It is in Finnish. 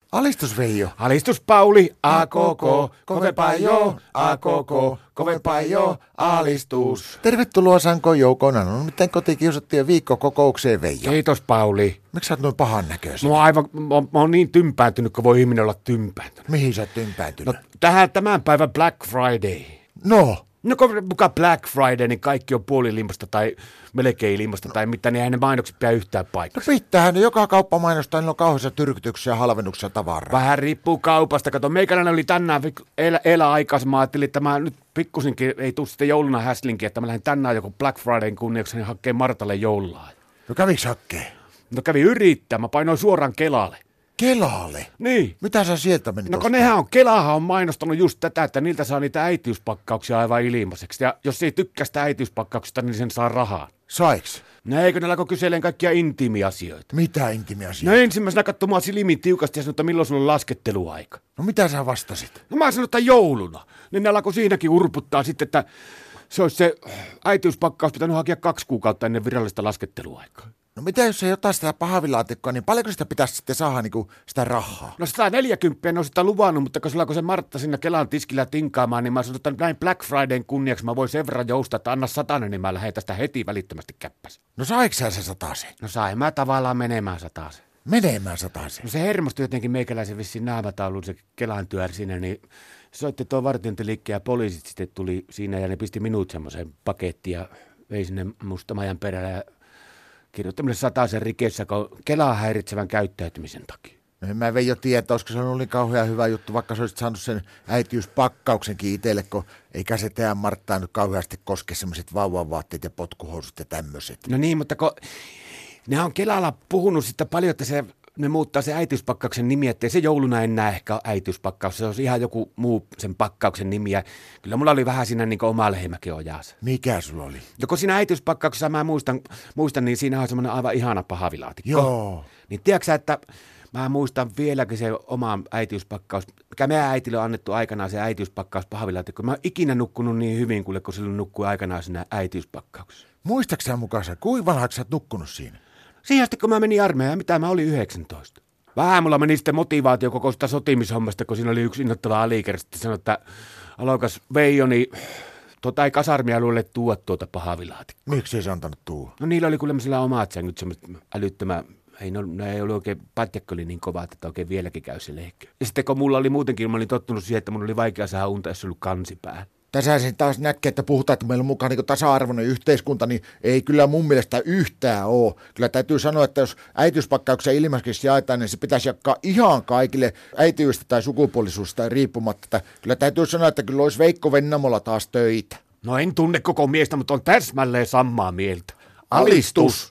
Alistus Veijo. Alistus Pauli, a koko, kovempaa jo, a koko, kovempaa jo, alistus. Tervetuloa Sanko Joukona. No miten kotikiusattiin viikkokokoukseen Veijo? Kiitos Pauli. Miksi sä oot noin pahan näköisen? Mä oon niin tympääntynyt, kun voi ihminen olla tympääntynyt. Mihin sä oot tympääntynyt? No tämän päivän Black Friday. No kun mukaan Black Friday, niin kaikki on puoliliimasta tai melkein liimasta tai mitä, niin eihän ne mainokset pidä yhtään paikassa. No pitäähän ne joka kauppa mainostaa, niillä on kauheassa tyrkytyksiä ja halvennuksia tavaraa. Vähän riippuu kaupasta. Kato, meikäläinen oli tänään aikaisemmin. Mä ajattelin, että mä nyt pikkusinkin ei tule sitten jouluna häslinkin, että mä lähden tänään joku Black Fridayn kunniaksi niin hakee Martalle joulua. No käviks hakkee? No kävi yrittää. Mä painoin suoraan Kelalle. Kelalle? Niin. Mitä sä sieltä menit? No kun Kelahan on mainostanut just tätä, että niiltä saa niitä äitiyspakkauksia aivan ilmaiseksi. Ja jos ei tykkää sitä äitiyspakkauksesta, niin sen saa rahaa. Saiks? No eikö ne alkoi kyseleen kaikkia intiimiasioita? Mitä intiimiasioita? No ensimmäisenä katsomaan silmiin tiukasti ja sanoi, että milloin sulla on lasketteluaika. No mitä sä vastasit? No mä sanoin, että jouluna. Niin ne alkoi siinäkin urputtaa sitten, että se olisi se äitiyspakkaus pitänyt hakea 2 kuukautta ennen virallista lasketteluaikaa. No mitä jos ei ota sitä pahvilaatikkoa, niin paljonko sitä pitäisi sitten saada niinku sitä rahaa? No 140 en ole sitä luvannut, mutta kun se Martta siinä Kelan tiskillä tinkaamaan, niin mä sanoin, että näin Black Fridayn kunniaksi mä voin sen verran joustaa, että anna 100, niin mä lähetän sitä heti välittömästi käppäs. No saiko sä se 100? No sain mä tavallaan menemään 100. Menemään 100? No se hermostui jotenkin meikäläisen vissiin naamatauluun se Kelan työr siinä, niin soitti tuo vartiointiliikkeen ja poliisit sitten tuli siinä ja ne pisti minut semmoiseen pakettiin ja vei sinne Mustamajan perälle ja kirjoittamille 100 rikessä Kelaa häiritsevän käyttäytymisen takia. No en mä Veijo tiedä, olisiko se ollut niin kauhean hyvä juttu, vaikka sä olisit saanut sen äitiyspakkauksenkin itselle, kun eikä se tehdä Marttaa nyt kauheasti koske semmoiset vauvavaatteet ja potkuhousut ja tämmöiset. No niin, mutta kun ne on Kelalla puhunut sitten paljon, että ne muuttaa se äitiyspakkauksen nimi, ettei se jouluna enää ehkä ole äitiyspakkaus, se olisi ihan joku muu sen pakkauksen nimi. Ja kyllä mulla oli vähän siinä niin oma lehmäkin ojassa. Mikä sulla oli? Joko siinä äitiyspakkauksessa mä muistan, niin siinä on semmoinen aivan ihana pahavilaatikko. Joo. Niin tiedätkö sä, että mä muistan vieläkin se oma äitiyspakkaus, mikä meidän äitille on annettu aikanaan se äitiyspakkaus pahavilaatikko. Mä oon ikinä nukkunut niin hyvin, kun silloin nukkui aikanaan siinä äitiyspakkauksessa. Muistatko sä mukaan, kuinka vanhaksi sä oot nukkunut siinä? Siihen asti, kun mä menin armeijaan, mitä mä olin 19. Vähän mulla meni sitten motivaatio koko sitä sotimishommasta, kun siinä oli yksi innoittava aliikäri. Sitten sanoi, että alokas Veijo, niin ei kasarmialueelle tuoda tuota pahavilaatikkoa. Miksi ei se antanut tuoda? No niillä oli kuulemma sillä omat sängyt, semmoista älyttömän. Ne ei ollut oikein, patjakko oli niin kova, että oikein vieläkin käy se lehkö. Ja sitten kun mulla oli muutenkin, mä olin tottunut siihen, että mun oli vaikea saada unta, jos ollut kansi päällä. Tässä sen taas näkee, että puhutaan, että meillä on mukaan niin tasa-arvoinen yhteiskunta, niin ei kyllä mun mielestä yhtään ole. Kyllä täytyy sanoa, että jos äitiyspakkauksia ilmaiseksi jaetaan, niin se pitäisi jakaa ihan kaikille äitiydestä tai sukupuolisuudesta riippumatta. Että kyllä täytyy sanoa, että kyllä olisi Veikko Vennamolla taas töitä. No en tunne koko miestä, mutta on täsmälleen samaa mieltä. Alistus!